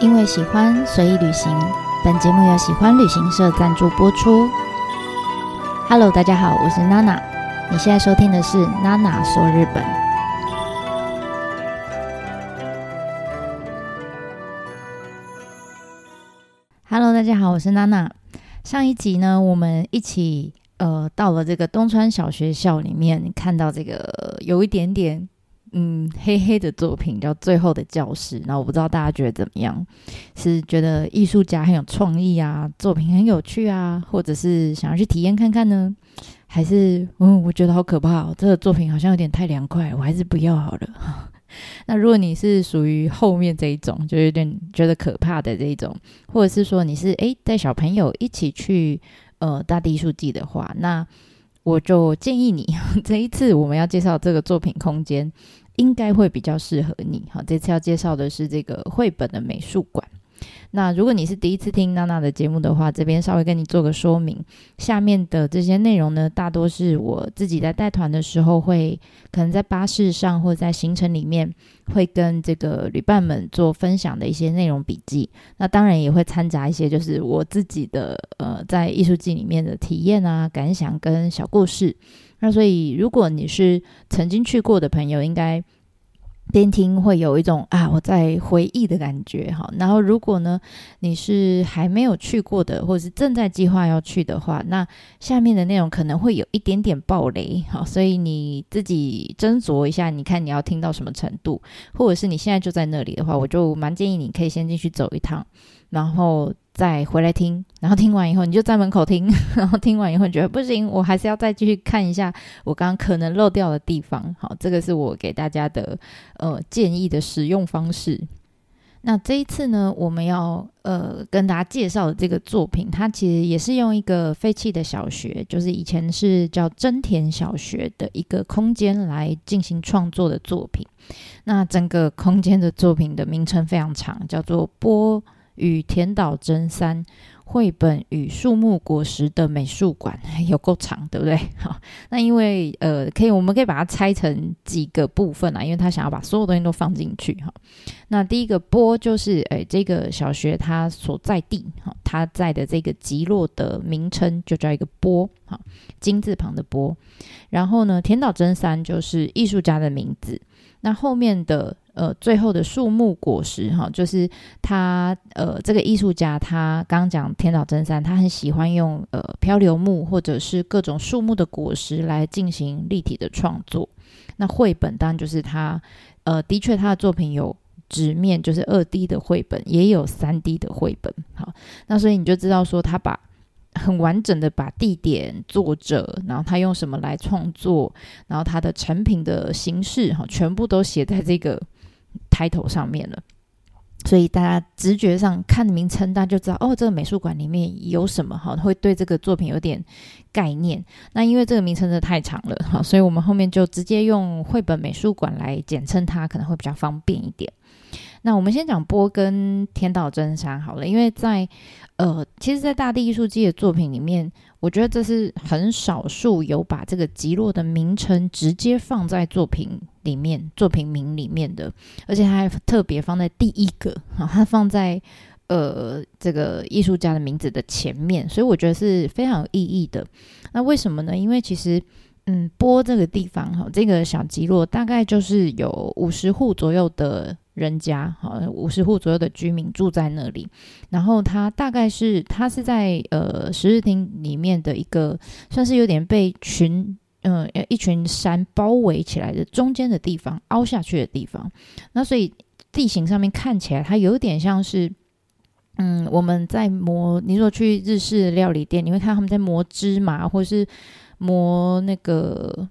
因为喜欢，所以旅行。本节目由喜欢旅行社赞助播出。Hello， 大家好，我是娜娜。你现在收听的是娜娜说日本。Hello， 大家好，我是娜娜。上一集呢，我们一起到了这个东川小学校里面，看到这个有一点点黑黑的作品叫《最后的教室》，然后我不知道大家觉得怎么样，是觉得艺术家很有创意啊，作品很有趣啊，或者是想要去体验看看呢？还是我觉得好可怕哦，这个作品好像有点太凉快，我还是不要好了。那如果你是属于后面这一种，就有点觉得可怕的这一种，或者是说你是带小朋友一起去大地艺术季的话，那我就建议你这一次我们要介绍这个作品空间应该会比较适合你。好，这次要介绍的是这个绘本的美术馆。那如果你是第一次听娜娜的节目的话，这边稍微跟你做个说明，下面的这些内容呢，大多是我自己在带团的时候会可能在巴士上或者在行程里面会跟这个旅伴们做分享的一些内容笔记。那当然也会掺杂一些就是我自己的在艺术季里面的体验啊、感想跟小故事。那所以如果你是曾经去过的朋友，应该边听会有一种我在回忆的感觉。好，然后如果呢你是还没有去过的，或者是正在计划要去的话，那下面的内容可能会有一点点爆雷。好，所以你自己斟酌一下，你看你要听到什么程度，或者是你现在就在那里的话，我就蛮建议你可以先进去走一趟，然后再回来听，然后听完以后你就在门口听，然后听完以后你觉得不行，我还是要再继续看一下我刚刚可能漏掉的地方。好，这个是我给大家的建议的使用方式。那这一次呢，我们要跟大家介绍的这个作品，它其实也是用一个废弃的小学，就是以前是叫真田小学的一个空间来进行创作的作品。那整个空间的作品的名称非常长，叫做波与田岛真三绘本与树木果实的美术馆，有够长，对不对？好，那因为我们可以把它拆成几个部分啦，因为他想要把所有东西都放进去。好，那第一个波就是这个小学它所在地，它在的这个集落的名称就叫一个波，好，金字旁的波。然后呢，田岛真三就是艺术家的名字。那后面的最后的树木果实就是他这个艺术家，他刚刚讲田岛真三，他很喜欢用漂流木或者是各种树木的果实来进行立体的创作。那绘本当然就是他的确他的作品有纸面，就是2D 的绘本，也有3D 的绘本。好，那所以你就知道说他把很完整的把地点、作者，然后他用什么来创作，然后他的成品的形式全部都写在这个title上面了。所以大家直觉上看名称，大家就知道这个美术馆里面有什么，会对这个作品有点概念。那因为这个名称真的太长了，所以我们后面就直接用绘本美术馆来简称它，可能会比较方便一点。那我们先讲波跟田岛真三好了，因为其实在大地艺术季的作品里面，我觉得这是很少数有把这个集落的名称直接放在作品里面、作品名里面的，而且它还特别放在第一个，它放在这个艺术家的名字的前面，所以我觉得是非常有意义的。那为什么呢？因为其实波这个地方这个小集落大概就是有50户左右的人家，50户左右的居民住在那里。然后它是在十日町里面的一个算是有点被一群山包围起来的中间的地方，凹下去的地方。那所以地形上面看起来它有点像是我们在你如果去日式料理店，你会看他们在磨芝麻或是磨那个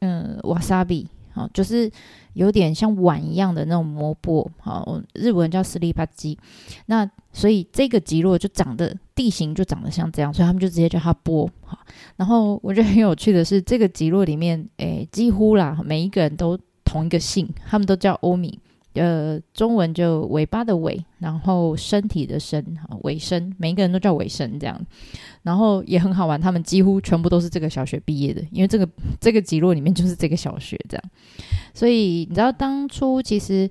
wasabi，就是有点像碗一样的那种磨钵，日文叫斯利巴基。那所以这个集落就地形就长得像这样，所以他们就直接叫它钵。然后我觉得很有趣的是，这个集落里面几乎啦每一个人都同一个姓，他们都叫欧米。中文就尾巴的尾，然后身体的身，尾生，每一个人都叫尾生这样。然后也很好玩，他们几乎全部都是这个小学毕业的，因为这个集落里面就是这个小学这样。所以你知道当初其实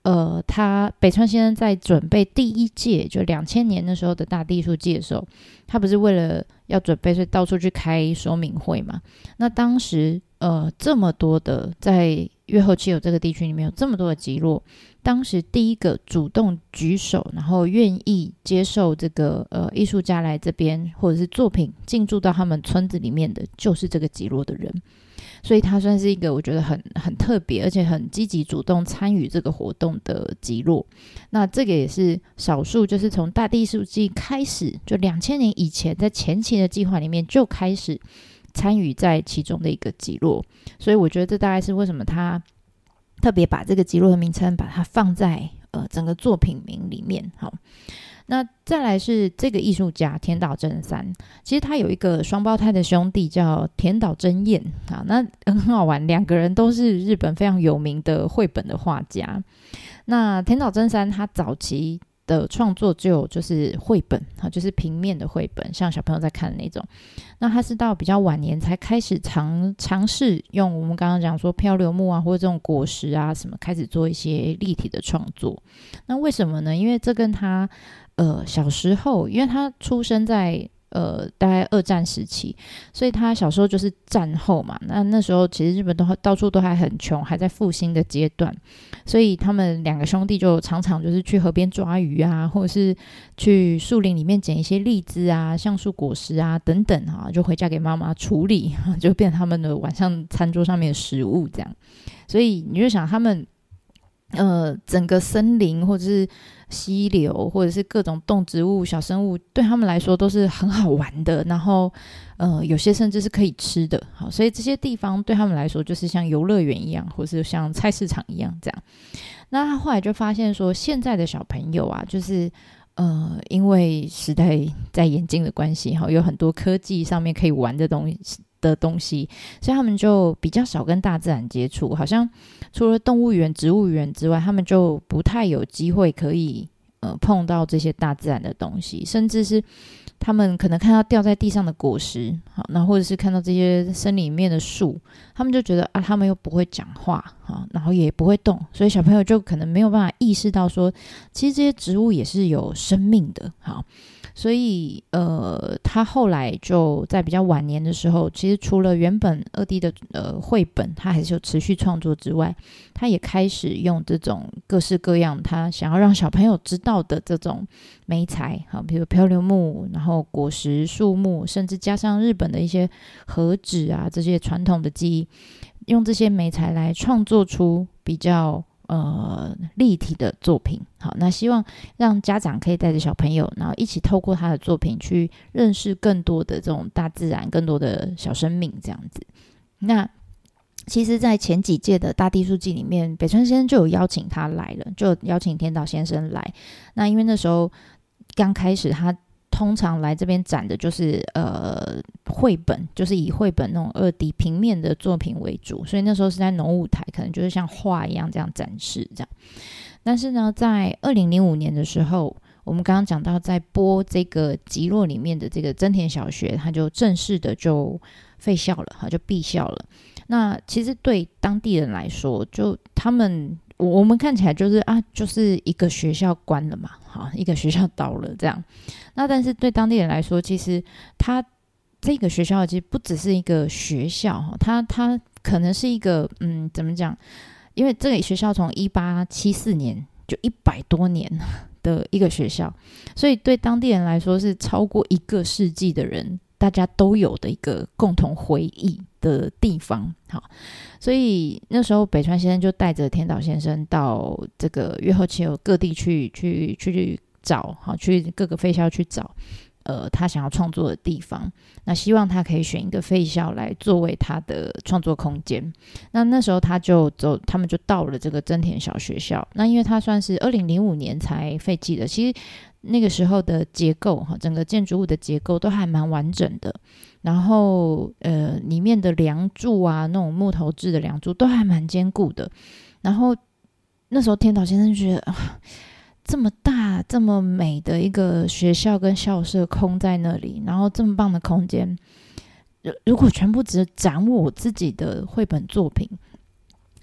他北川先生在准备第一届就2000年那时候的大地艺术季的时候，他不是为了要准备所以到处去开说明会嘛。那当时这么多的在越后妻有这个地区里面有这么多的集落，当时第一个主动举手然后愿意接受这个艺术家来这边或者是作品进驻到他们村子里面的就是这个集落的人，所以他算是一个我觉得很特别而且很积极主动参与这个活动的集落。那这个也是少数就是从大地艺术季开始就2000年以前在前期的计划里面就开始参与在其中的一个集落，所以我觉得这大概是为什么他特别把这个集落的名称把它放在整个作品名里面。好，那再来是这个艺术家田岛真三，其实他有一个双胞胎的兄弟叫田岛真彦啊，那很好玩，两个人都是日本非常有名的绘本的画家。那田岛真三他早期的创作就是绘本，就是平面的绘本，像小朋友在看的那种。那他是到比较晚年才开始尝试用我们刚刚讲说漂流木啊或者这种果实啊什么开始做一些立体的创作。那为什么呢？因为这跟他小时候，因为他出生在大概二战时期，所以他小时候就是战后嘛，那时候其实日本到处都还很穷，还在复兴的阶段，所以他们两个兄弟就常常就是去河边抓鱼啊，或者是去树林里面捡一些荔枝啊、橡树果实啊等等啊，就回家给妈妈处理，就变成他们的晚上餐桌上面的食物这样。所以你就想他们整个森林或者是溪流或者是各种动植物小生物对他们来说都是很好玩的，然后有些甚至是可以吃的。好，所以这些地方对他们来说就是像游乐园一样，或是像菜市场一样这样。那他后来就发现说现在的小朋友啊，就是因为时代在演进的关系，有很多科技上面可以玩的东西，所以他们就比较少跟大自然接触，好像除了动物园、植物园之外，他们就不太有机会可以碰到这些大自然的东西，甚至是他们可能看到掉在地上的果实，好，那或者是看到这些森林里面的树，他们就觉得他们又不会讲话，好，然后也不会动，所以小朋友就可能没有办法意识到说，其实这些植物也是有生命的，好。所以他后来就在比较晚年的时候，其实除了原本2D 的绘本他还是有持续创作之外，他也开始用这种各式各样他想要让小朋友知道的这种媒材，好，比如漂流木，然后果实、树木，甚至加上日本的一些和纸啊，这些传统的技艺，用这些媒材来创作出比较立体的作品。好，那希望让家长可以带着小朋友，然后一起透过他的作品去认识更多的这种大自然，更多的小生命这样子。那其实在前几届的大地艺术季里面，北川先生就有邀请他来了，就邀请田岛先生来。那因为那时候刚开始他通常来这边展的就是绘本，就是以绘本那种2D 平面的作品为主，所以那时候是在农舞台，可能就是像画一样这样展示这样。但是呢，在2005年的时候，我们刚刚讲到在播这个集落里面的这个真田小学，它就正式的就废校了，就闭校了。那其实对当地人来说，就他们我们看起来就是就是一个学校关了嘛，好，一个学校倒了这样。那但是对当地人来说，其实他这个学校其实不只是一个学校，它可能是一个怎么讲？因为这个学校从1874年就100多年的一个学校，所以对当地人来说是超过1个世纪的人大家都有的一个共同回忆的地方。好，所以那时候北川先生就带着田岛先生到这个越后妻有各地去找，好，去各个废校去找他想要创作的地方，那希望他可以选一个废校来作为他的创作空间。那时候他们就到了这个真田小学校。那因为他算是2005年才废弃的，其实那个时候的结构，整个建筑物的结构都还蛮完整的，然后里面的梁柱啊，那种木头制的梁柱都还蛮坚固的。然后那时候田岛先生觉得这么大这么美的一个学校跟校舍空在那里，然后这么棒的空间，如果全部只展我自己的绘本作品，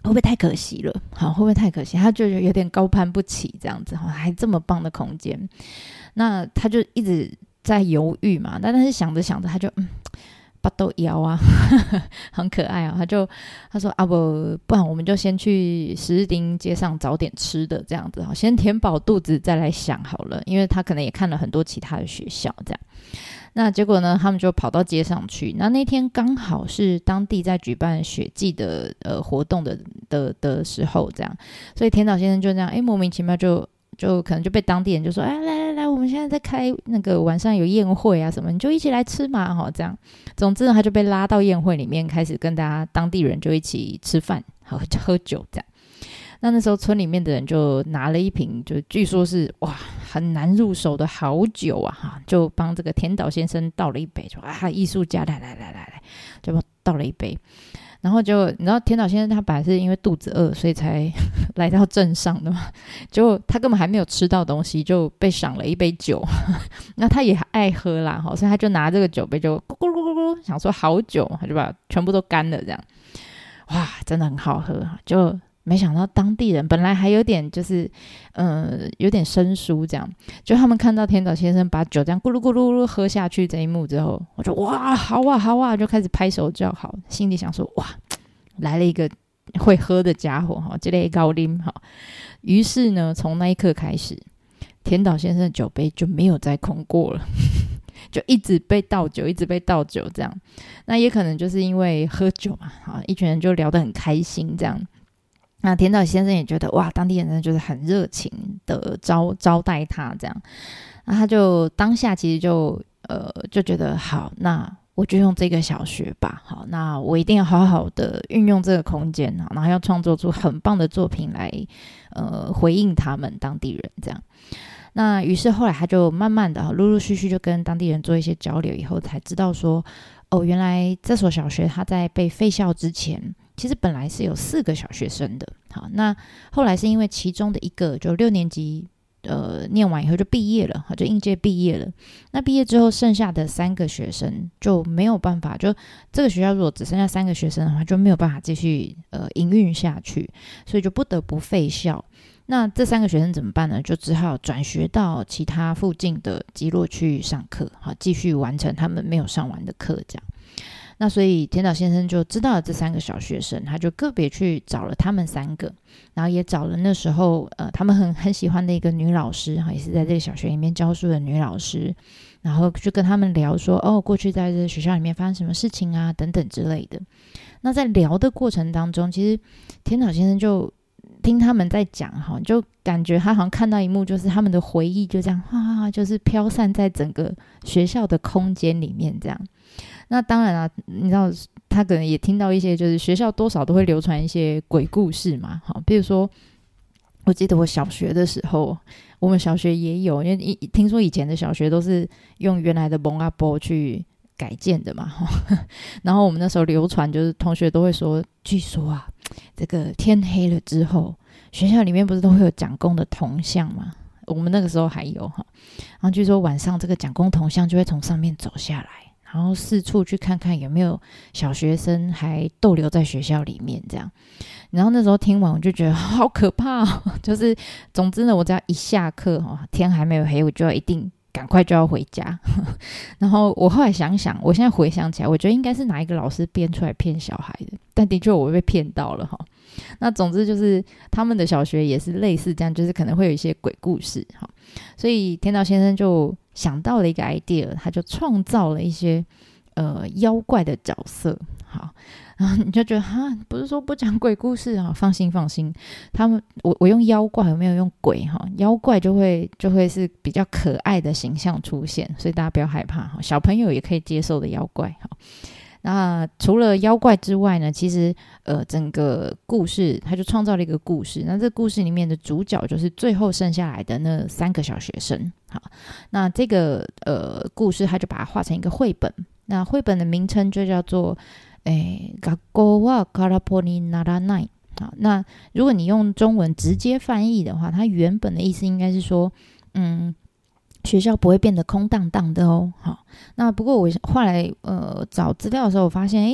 会不会太可惜了？好，会不会太可惜？他就有点高攀不起这样子，还这么棒的空间，那他就一直在犹豫嘛。但是想着想着，他就巴豆腰啊，很可爱啊。他说啊不然我们就先去十日町街上找点吃的这样子，先填饱肚子再来想好了，因为他可能也看了很多其他的学校这样。那结果呢，他们就跑到街上去。那天刚好是当地在举办雪祭的活动的时候，这样，所以田岛先生就这样，莫名其妙就可能就被当地人就说，来，我们现在在开那个晚上有宴会啊什么，你就一起来吃嘛，这样。总之呢，他就被拉到宴会里面，开始跟大家当地人就一起吃饭，喝酒这样。那时候村里面的人就拿了一瓶，就据说是很难入手的好酒啊，就帮这个田岛先生倒了一杯，就艺术家来，就倒了一杯。然后就你知道田岛先生他本来是因为肚子饿所以才来到镇上的嘛，结果他根本还没有吃到东西就被赏了一杯酒那他也爱喝啦，所以他就拿这个酒杯就咕咕咕咕咕想说好酒，他就把全部都干了这样。哇，真的很好喝，就没想到当地人本来还有点就是有点生疏这样，就他们看到田岛先生把酒这样咕噜咕噜咕噜喝下去这一幕之后，我就哇好啊好啊，就开始拍手叫好，心里想说哇来了一个会喝的家伙，这类高啉。于是呢从那一刻开始，田岛先生的酒杯就没有再空过了就一直被倒酒这样。那也可能就是因为喝酒嘛，一群人就聊得很开心这样。那田岛先生也觉得哇，当地人就是很热情的招待他这样。那他就当下其实就觉得好，那我就用这个小学吧，好，那我一定要好好的运用这个空间，然后要创作出很棒的作品来回应他们当地人这样。那于是后来他就慢慢的陆陆续续就跟当地人做一些交流以后，才知道说原来这所小学他在被废校之前其实本来是有4个小学生的。好，那后来是因为其中的一个就6年级念完以后就毕业了，就应届毕业了。那毕业之后剩下的3个学生就没有办法，就这个学校如果只剩下3个学生的话就没有办法继续营运下去，所以就不得不废校。那这3个学生怎么办呢？就只好转学到其他附近的集落去上课，继续完成他们没有上完的课这样。那所以田岛先生就知道了这3个小学生，他就个别去找了他们3个，然后也找了那时候他们很喜欢的一个女老师，也是在这个小学里面教书的女老师，然后就跟他们聊说过去在这个学校里面发生什么事情啊等等之类的。那在聊的过程当中，其实田岛先生就听他们在讲，就感觉他好像看到一幕，就是他们的回忆就这样就是飘散在整个学校的空间里面这样。那当然啊，你知道他可能也听到一些就是学校多少都会流传一些鬼故事嘛，比如说我记得我小学的时候，我们小学也有，因为听说以前的小学都是用原来的蒙阿波去改建的嘛然后我们那时候流传就是同学都会说，据说啊这个天黑了之后学校里面不是都会有蒋公的铜像吗？我们那个时候还有然后据说晚上这个蒋公铜像就会从上面走下来，然后四处去看看有没有小学生还逗留在学校里面这样。然后那时候听完我就觉得好可怕就是总之呢，我只要一下课天还没有黑，我就要一定赶快就要回家然后我后来想想，我现在回想起来，我觉得应该是哪一个老师编出来骗小孩的，但的确我被骗到了那总之就是他们的小学也是类似这样，就是可能会有一些鬼故事所以田岛先生就想到了一个 idea， 他就创造了一些妖怪的角色。好，然后你就觉得不是说不讲鬼故事放心，他们我用妖怪，有没有用鬼妖怪就会是比较可爱的形象出现，所以大家不要害怕小朋友也可以接受的妖怪那除了妖怪之外呢，其实整个故事他就创造了一个故事，那这故事里面的主角就是最后剩下来的那3个小学生。好，那这个故事他就把它画成一个绘本，那绘本的名称就叫做学校は空っぽにならない。好，那如果你用中文直接翻译的话，它原本的意思应该是说学校不会变得空荡荡的好，那不过我后来找资料的时候，我发现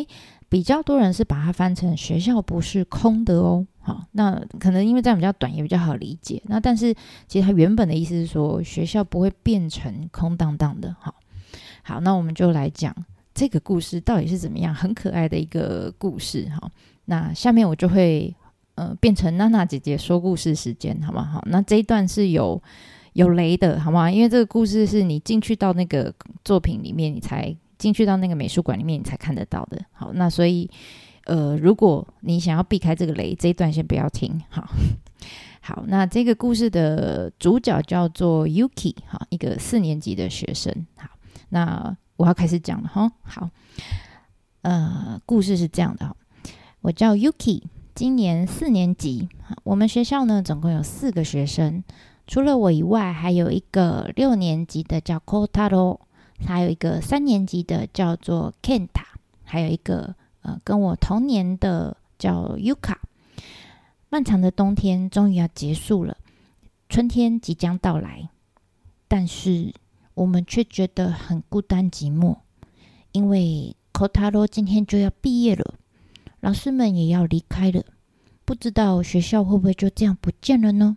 比较多人是把它翻成学校不是空的哦。好，那可能因为这样比较短也比较好理解。那但是其实它原本的意思是说学校不会变成空荡荡的。好，那我们就来讲这个故事到底是怎么样，很可爱的一个故事。好，那下面我就会变成娜娜姐姐说故事时间，好吗？好，那这一段是有雷的，好吗？因为这个故事是你进去到那个作品里面，你才进去到那个美术馆里面，你才看得到的。好，那所以如果你想要避开这个雷，这一段先不要听。好，那这个故事的主角叫做 Yuki， 好，一个4年级的学生。好，那我要开始讲了哈。好，故事是这样的。我叫 Yuki， 今年4年级。我们学校呢总共有4个学生，除了我以外，还有一个6年级的叫 Kotaro， 还有一个3年级的叫做 Kenta， 还有一个跟我同年的叫 Yuka。漫长的冬天终于要结束了，春天即将到来，但是我们却觉得很孤单寂寞，因为 Kotaro 今天就要毕业了，老师们也要离开了，不知道学校会不会就这样不见了呢？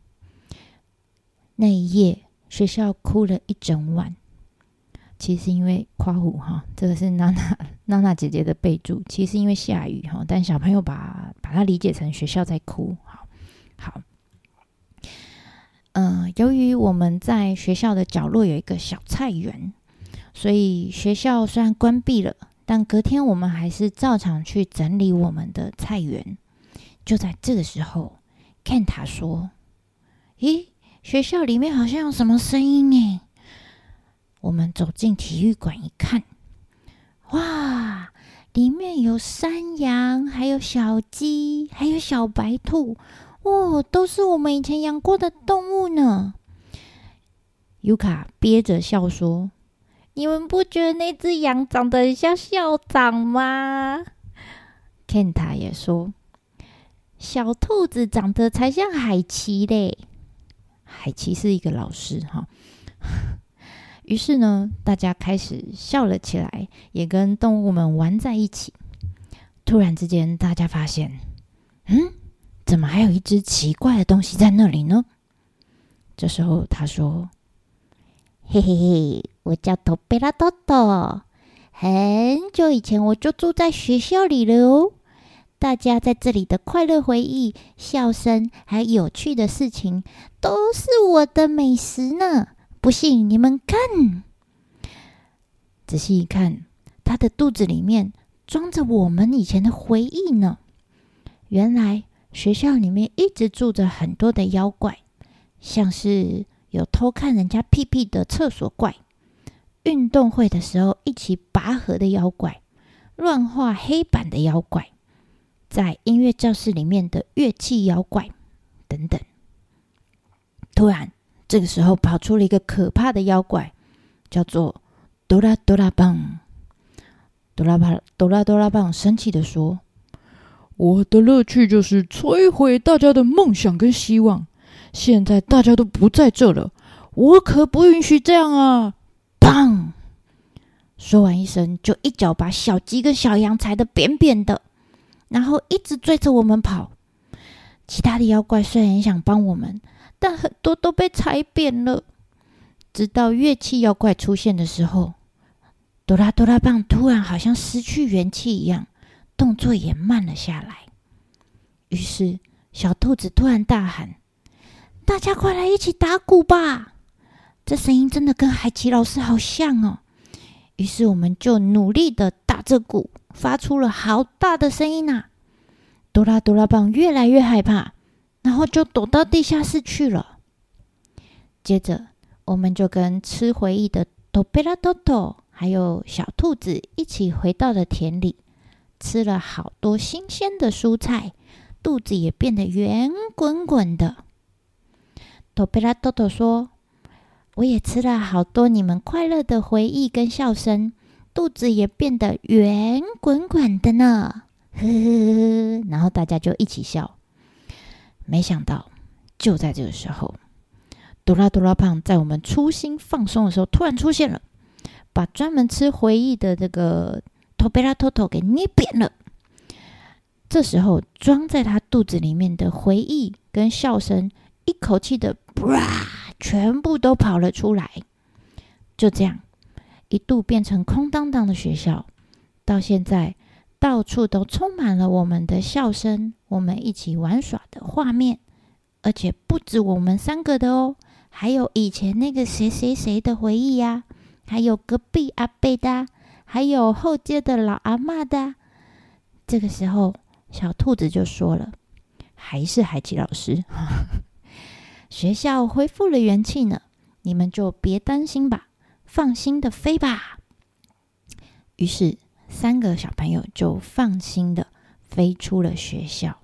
那一夜，学校哭了一整晚。其实因为夸胡这个是娜娜姐姐的备注，其实因为下雨但小朋友把它理解成学校在哭。好，由于我们在学校的角落有一个小菜园，所以学校虽然关闭了，但隔天我们还是照常去整理我们的菜园。就在这个时候 Kenta 说：咦，学校里面好像有什么声音耶。我们走进体育馆一看，哇，里面有山羊，还有小鸡，还有小白兔，都是我们以前养过的动物呢。Yuka 憋着笑说：你们不觉得那只羊长得很像校长吗？ Kenta 也说：小兔子长得才像海奇嘞。海奇是一个老师于是呢，大家开始笑了起来，也跟动物们玩在一起。突然之间，大家发现，怎么还有一只奇怪的东西在那里呢？这时候他说：嘿嘿嘿，我叫托贝拉多多，很久以前我就住在学校里了哦。大家在这里的快乐回忆、笑声还有有趣的事情，都是我的美食呢。不信你们看，仔细一看，他的肚子里面装着我们以前的回忆呢。原来学校里面一直住着很多的妖怪，像是有偷看人家屁屁的厕所怪，运动会的时候一起拔河的妖怪，乱画黑板的妖怪，在音乐教室里面的乐器妖怪等等。突然这个时候跑出了一个可怕的妖怪，叫做哆啦哆啦棒。哆啦棒生气地说：我的乐趣就是摧毁大家的梦想跟希望，现在大家都不在这了，我可不允许这样啊！砰！说完一声，就一脚把小鸡跟小羊踩得扁扁的，然后一直追着我们跑。其他的妖怪虽然很想帮我们，但很多都被踩扁了。直到乐器妖怪出现的时候，哆啦棒突然好像失去元气一样，动作也慢了下来。于是小兔子突然大喊：大家快来一起打鼓吧！这声音真的跟海奇老师好像哦。于是我们就努力的打着鼓，发出了好大的声音啊！哆啦棒越来越害怕，然后就躲到地下室去了。接着我们就跟吃回忆的托贝拉多多还有小兔子一起回到了田里，吃了好多新鲜的蔬菜，肚子也变得圆滚滚的。托贝拉多多说：我也吃了好多你们快乐的回忆跟笑声，肚子也变得圆滚滚的呢。呵呵呵，然后大家就一起笑。没想到就在这个时候，哆啦胖在我们粗心放松的时候突然出现了，把专门吃回忆的这个头被他偷偷给捏扁了。这时候装在他肚子里面的回忆跟笑声一口气的全部都跑了出来。就这样一度变成空荡荡的学校，到现在到处都充满了我们的笑声，我们一起玩耍的画面，而且不止我们3个的哦，还有以前那个谁谁谁的回忆呀，还有隔壁阿伯的，还有后街的老阿嬷的。这个时候小兔子就说了，还是海琪老师学校恢复了元气呢，你们就别担心吧，放心的飞吧。于是3个小朋友就放心的飞出了学校。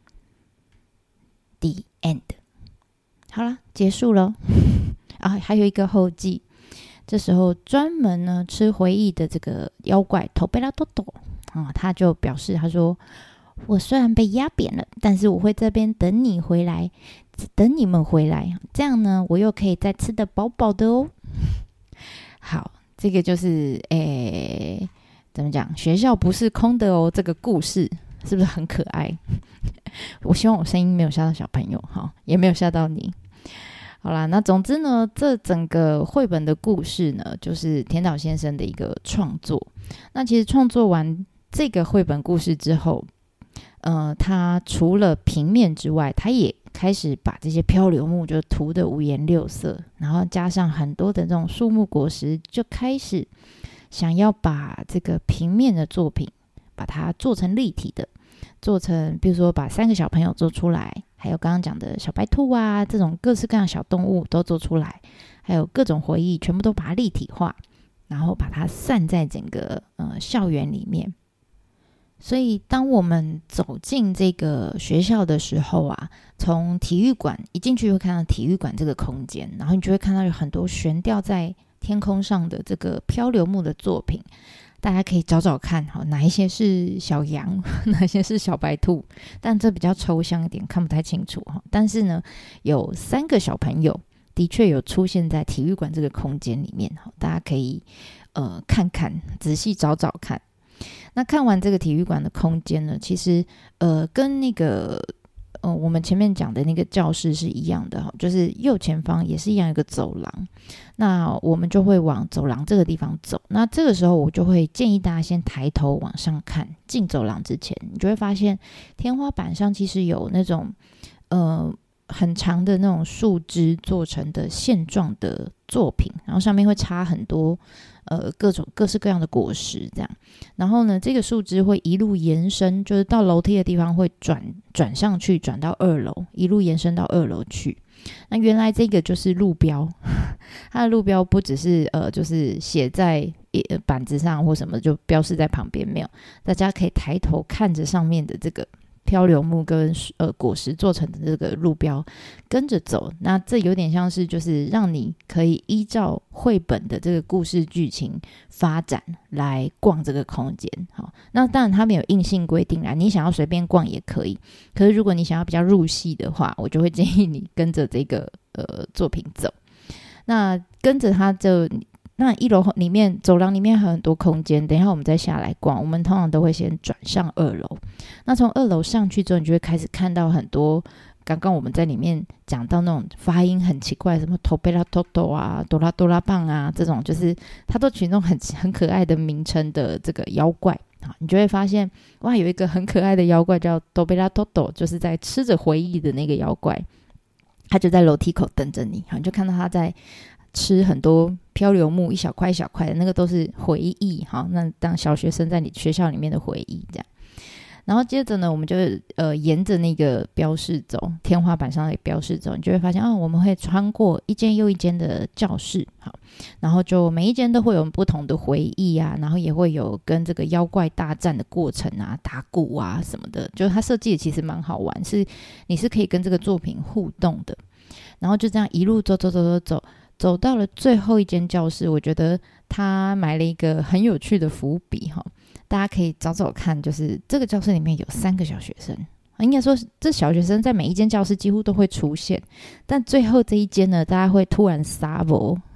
The end。 好了，结束了还有一个后记。这时候专门呢吃回忆的这个妖怪头贝拉多多他就表示，他说，我虽然被压扁了，但是我会这边等你们回来，这样呢我又可以再吃得饱饱的哦。好，这个就是怎么讲，学校不是空的哦，这个故事是不是很可爱？我希望我声音没有吓到小朋友，也没有吓到你。好啦，那总之呢，这整个绘本的故事呢，就是田岛先生的一个创作。那其实创作完这个绘本故事之后，他除了平面之外，他也开始把这些漂流木就涂得五颜六色，然后加上很多的这种树木果实，就开始想要把这个平面的作品把它做成立体的，做成比如说把3个小朋友做出来，还有刚刚讲的小白兔啊，这种各式各样的小动物都做出来，还有各种回忆全部都把它立体化，然后把它散在整个校园里面。所以当我们走进这个学校的时候啊，从体育馆一进去会看到体育馆这个空间，然后你就会看到有很多悬吊在天空上的这个漂流木的作品，大家可以找找看哪一些是小羊，哪一些是小白兔，但这比较抽象一点，看不太清楚。但是呢，有3个小朋友的确有出现在体育馆这个空间里面，大家可以看看，仔细找找看。那看完这个体育馆的空间呢，其实跟那个我们前面讲的那个教室是一样的，就是右前方也是一样一个走廊，那我们就会往走廊这个地方走。那这个时候我就会建议大家先抬头往上看，进走廊之前你就会发现天花板上其实有那种很长的那种树枝做成的线状的作品，然后上面会插很多各式各样的果实这样。然后呢，这个树枝会一路延伸，就是到楼梯的地方会转上去，转到2楼，一路延伸到2楼去。那原来这个就是路标，它的路标不只是就是写在板子上或什么就标示在旁边，没有，大家可以抬头看着上面的这个漂流木跟果实做成的这个路标跟着走。那这有点像是就是让你可以依照绘本的这个故事剧情发展来逛这个空间。好，那当然它没有硬性规定啦，你想要随便逛也可以，可是如果你想要比较入戏的话，我就会建议你跟着这个作品走。那跟着它那1楼里面走廊里面还有很多空间，等一下我们再下来逛，我们通常都会先转上2楼。那从2楼上去之后，你就会开始看到很多刚刚我们在里面讲到那种发音很奇怪，什么头贝拉托托啊，哆拉哆拉棒啊，这种就是它都取那种很可爱的名称的这个妖怪。你就会发现哇，有一个很可爱的妖怪叫多贝拉托托，就是在吃着回忆的那个妖怪，他就在楼梯口等着你。你就看到他在吃很多漂流木，一小块一小块的，那个都是回忆。好，那当小学生在你学校里面的回忆这样。然后接着呢，我们就沿着那个标示走，天花板上的标示走，你就会发现我们会穿过一间又一间的教室。好，然后就每一间都会有不同的回忆啊，然后也会有跟这个妖怪大战的过程啊，打鼓啊什么的，就它设计的其实蛮好玩，你是可以跟这个作品互动的。然后就这样一路走到了最后一间教室，我觉得他埋了一个很有趣的伏笔哈，大家可以找找看，就是这个教室里面有3个小学生，应该说这小学生在每一间教室几乎都会出现，但最后这一间呢，大家会突然撒播，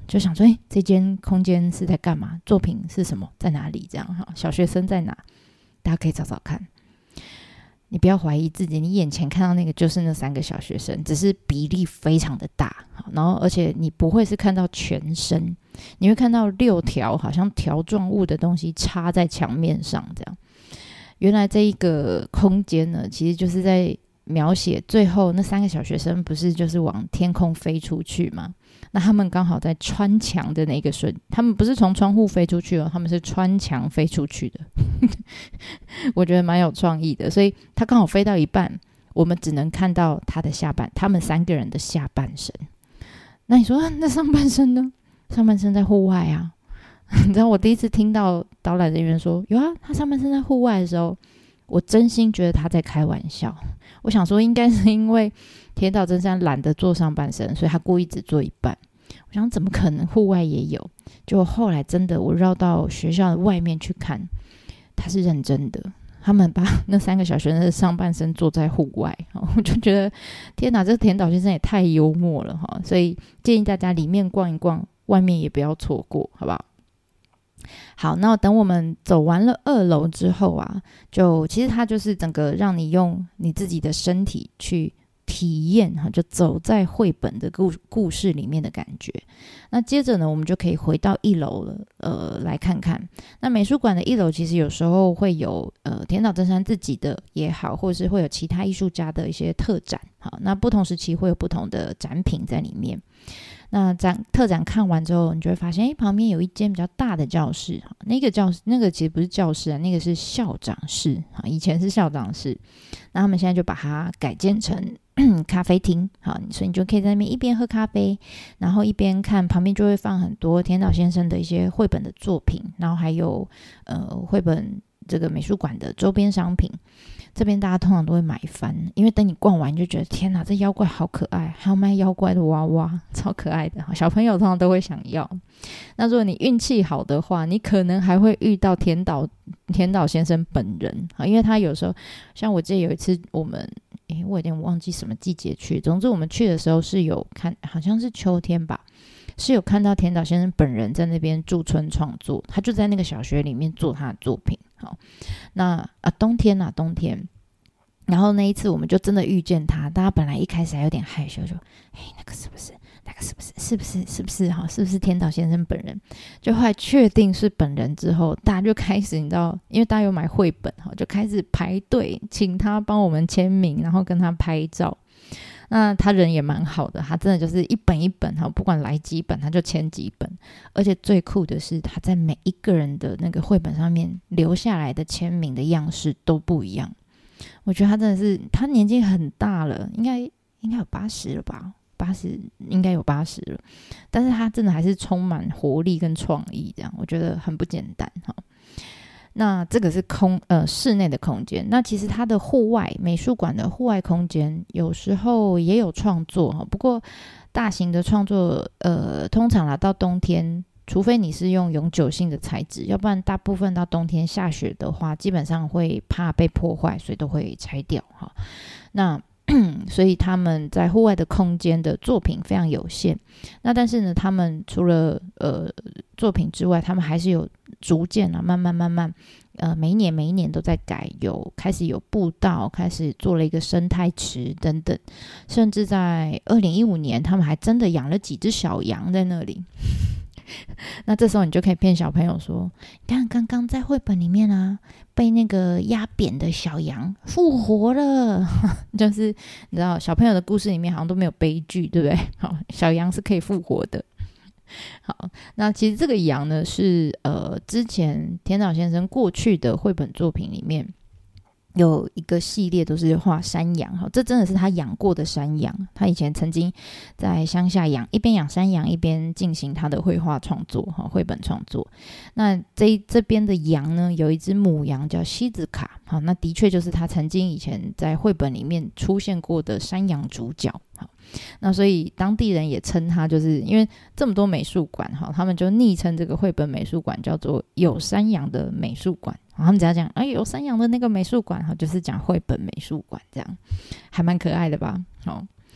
就想说这间空间是在干嘛，作品是什么，在哪里，这样小学生在哪，大家可以找找看。你不要怀疑自己，你眼前看到那个就是那3个小学生，只是比例非常的大，然后而且你不会是看到全身，你会看到6条好像条状物的东西插在墙面上，这样。原来这一个空间呢，其实就是在描写最后那3个小学生不是就是往天空飞出去吗？那他们刚好在穿墙的那个他们不是从窗户飞出去他们是穿墙飞出去的我觉得蛮有创意的，所以他刚好飞到一半，我们只能看到他们3个人的下半身。那你说那上半身呢？上半身在户外啊你知道我第一次听到导览人员说有啊，他上半身在户外的时候，我真心觉得他在开玩笑。我想说应该是因为田岛真三懒得做上半身，所以他故意只做一半。我想怎么可能户外也有，结果后来真的我绕到学校的外面去看，他是认真的，他们把那3个小学生的上半身做在户外我就觉得天哪，这个田岛先生也太幽默了所以建议大家里面逛一逛，外面也不要错过，好不好？好，那等我们走完了2楼之后啊，其实它就是整个让你用你自己的身体去体验就走在绘本的故事里面的感觉。那接着呢，我们就可以回到1楼了，来看看。那美术馆的1楼其实有时候会有田岛真三自己的也好，或者是会有其他艺术家的一些特展。好，那不同时期会有不同的展品在里面。那特展看完之后，你就会发现旁边有一间比较大的教室，那个其实不是教室那个是校长室，以前是校长室，那他们现在就把它改建成咖啡厅，好，所以你就可以在那边一边喝咖啡，然后一边看，旁边就会放很多田岛先生的一些绘本的作品，然后还有绘本这个美术馆的周边商品。这边大家通常都会买翻，因为等你逛完就觉得天哪，这妖怪好可爱，还有卖妖怪的娃娃，超可爱的，小朋友通常都会想要。那如果你运气好的话，你可能还会遇到田岛先生本人，因为他有时候像我记得有一次我有点忘记什么季节去，总之我们去的时候是有看，好像是秋天吧，是有看到田岛先生本人在那边驻村创作，他就在那个小学里面做他的作品。好，那冬天，然后那一次我们就真的遇见他，大家本来一开始还有点害羞，就那个是不是是不是田岛先生本人，就后来确定是本人之后，大家就开始你知道，因为大家有买绘本就开始排队请他帮我们签名，然后跟他拍照。那他人也蛮好的，他真的就是一本一本不管来几本他就签几本，而且最酷的是他在每一个人的那个绘本上面留下来的签名的样式都不一样。我觉得他真的是，他年纪很大了，应该有80了吧，80应该有80了，但是他真的还是充满活力跟创意，这样我觉得很不简单。那这个是室内的空间，那其实它的户外美术馆的户外空间有时候也有创作，不过大型的创作通常到冬天，除非你是用永久性的材质，要不然大部分到冬天下雪的话，基本上会怕被破坏，所以都会拆掉。那所以他们在户外的空间的作品非常有限。那但是呢，他们除了作品之外，他们还是有逐渐慢慢每一年都在改，开始有步道，开始做了一个生态池等等，甚至在2015年他们还真的养了几只小羊在那里。那这时候你就可以骗小朋友说，你看刚刚在绘本里面被那个压扁的小羊复活了就是你知道小朋友的故事里面好像都没有悲剧，对不对？好，小羊是可以复活的。好，那其实这个羊呢是之前田岛先生过去的绘本作品里面有一个系列都是画山羊，这真的是他养过的山羊，他以前曾经在乡下一边养山羊一边进行他的绘画创作，绘本创作。那这边的羊呢，有一只母羊叫西子卡，那的确就是他曾经以前在绘本里面出现过的山羊主角。那所以当地人也称他，就是因为这么多美术馆，他们就昵称这个绘本美术馆叫做有山羊的美术馆。他们只要讲有山羊的那个美术馆，就是讲绘本美术馆，这样还蛮可爱的吧。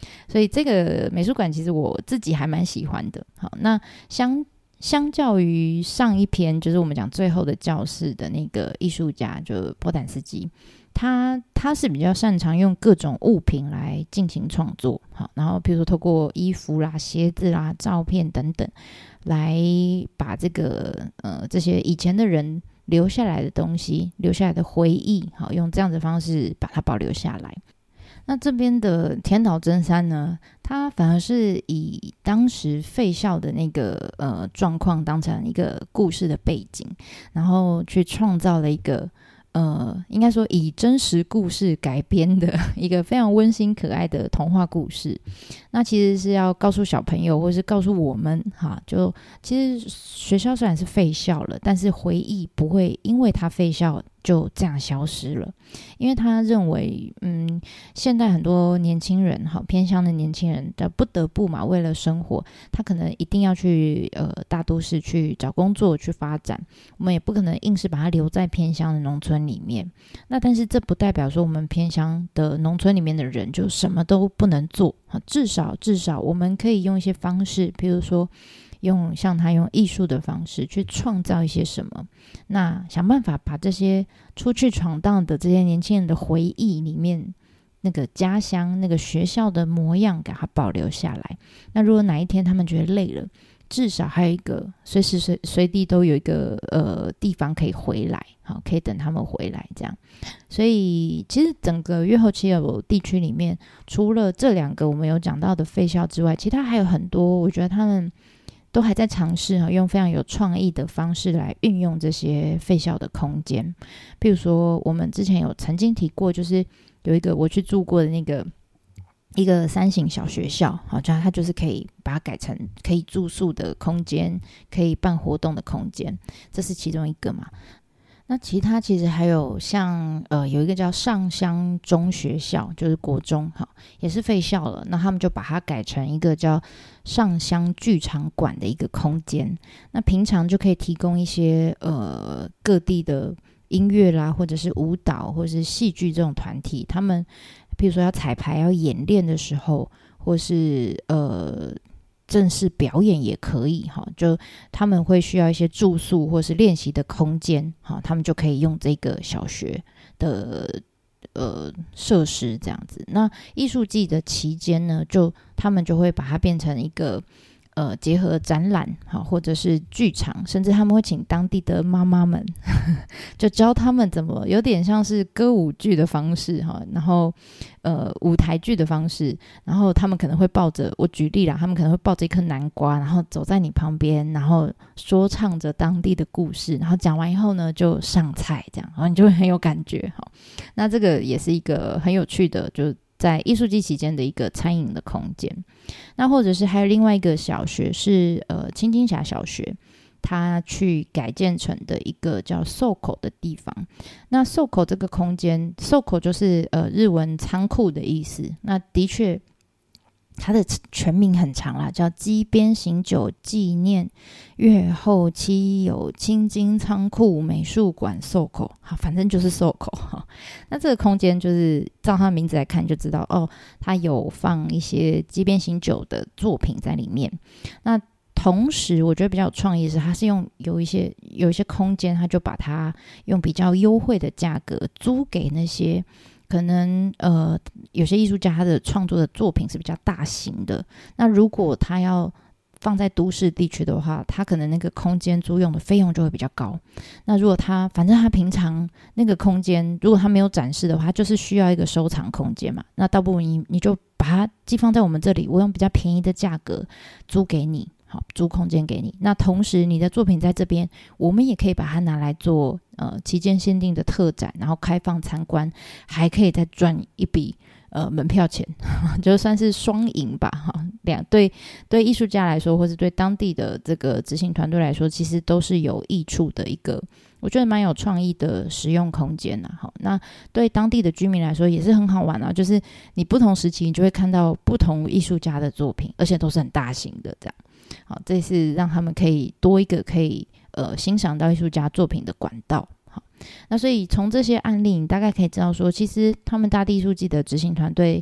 所以这个美术馆其实我自己还蛮喜欢的。好，那相较于上一篇就是我们讲最后的教室的那个艺术家，就波坦斯基，他是比较擅长用各种物品来进行创作。好，然后比如说透过衣服啦、鞋子啦、照片等等，来把这个这些以前的人留下来的东西、留下来的回忆，好，用这样的方式把它保留下来。那这边的田岛真三呢，他反而是以当时废校的那个状况当成一个故事的背景，然后去创造了一个应该说以真实故事改编的一个非常温馨可爱的童话故事。那其实是要告诉小朋友，或是告诉我们哈，就其实学校虽然是废校了，但是回忆不会因为它废校就这样消失了。因为他认为现在很多年轻人偏乡的年轻人的不得不嘛，为了生活他可能一定要去大都市去找工作去发展，我们也不可能硬是把他留在偏乡的农村里面。那但是这不代表说我们偏乡的农村里面的人就什么都不能做，至少我们可以用一些方式，比如说像他用艺术的方式去创造一些什么，那想办法把这些出去闯荡的这些年轻人的回忆里面那个家乡那个学校的模样给它保留下来。那如果哪一天他们觉得累了，至少还有一个随时随地都有一个地方可以回来，好，可以等他们回来这样。所以其实整个越后妻有地区里面，除了这两个我们有讲到的废校之外，其他还有很多，我觉得他们都还在尝试用非常有创意的方式来运用这些废校的空间。比如说我们之前有曾经提过，就是有一个我去住过的那个一个3型小学校，好，它就是可以把它改成可以住宿的空间，可以办活动的空间，这是其中一个嘛。那其他其实还有像有一个叫上乡中学校，就是国中，好，也是废校了，那他们就把它改成一个叫上乡剧场馆的一个空间。那平常就可以提供一些各地的音乐啦，或者是舞蹈或者是戏剧这种团体，他们比如说要彩排要演练的时候，或是正式表演也可以，就他们会需要一些住宿或是练习的空间，他们就可以用这个小学的设施这样子。那艺术季的期间呢，他们就会把它变成一个结合展览或者是剧场，甚至他们会请当地的妈妈们就教他们怎么有点像是歌舞剧的方式，然后舞台剧的方式，然后他们可能会抱着，我举例啦，他们可能会抱着一颗南瓜，然后走在你旁边，然后说唱着当地的故事，然后讲完以后呢就上菜这样，然后你就会很有感觉。那这个也是一个很有趣的，就在艺术季期间的一个餐饮的空间。那或者是还有另外一个小学是青金峡小学，它去改建成的一个叫寿口的地方。那寿口这个空间，寿口就是日文仓库的意思。那的确它的全名很长啦，叫基边行久纪念越后妻有青金仓库美术馆寿口，好，反正就是寿口。那这个空间就是照它的名字来看就知道它有放一些基边行久的作品在里面。那同时我觉得比较有创意的是，它是有一些空间，它就把它用比较优惠的价格租给那些可能有些艺术家他的创作的作品是比较大型的，那如果他要放在都市地区的话，他可能那个空间租用的费用就会比较高。那如果反正他平常那个空间如果他没有展示的话，就是需要一个收藏空间嘛，那倒不如你就把它寄放在我们这里，我用比较便宜的价格租给你，好，租空间给你。那同时你的作品在这边，我们也可以把它拿来做期间限定的特展，然后开放参观，还可以再赚一笔门票钱，就算是双赢吧。对艺术家来说，或是对当地的这个执行团队来说，其实都是有益处的一个，我觉得蛮有创意的使用空间那对当地的居民来说也是很好玩啊，就是你不同时期你就会看到不同艺术家的作品，而且都是很大型的这样。好，这是让他们可以多一个可以欣赏到艺术家作品的管道。好，那所以从这些案例你大概可以知道说，其实他们大地艺术季的执行团队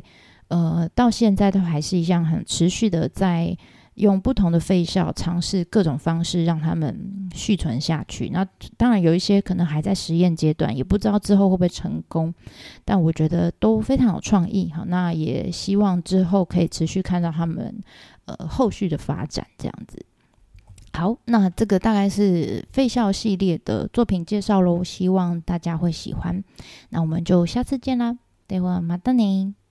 到现在都还是一样很持续的在用不同的废校尝试各种方式让他们续存下去。那当然有一些可能还在实验阶段，也不知道之后会不会成功，但我觉得都非常有创意。好，那也希望之后可以持续看到他们后续的发展这样子。好，那这个大概是废校系列的作品介绍咯，希望大家会喜欢。那我们就下次见啦，ではまたね。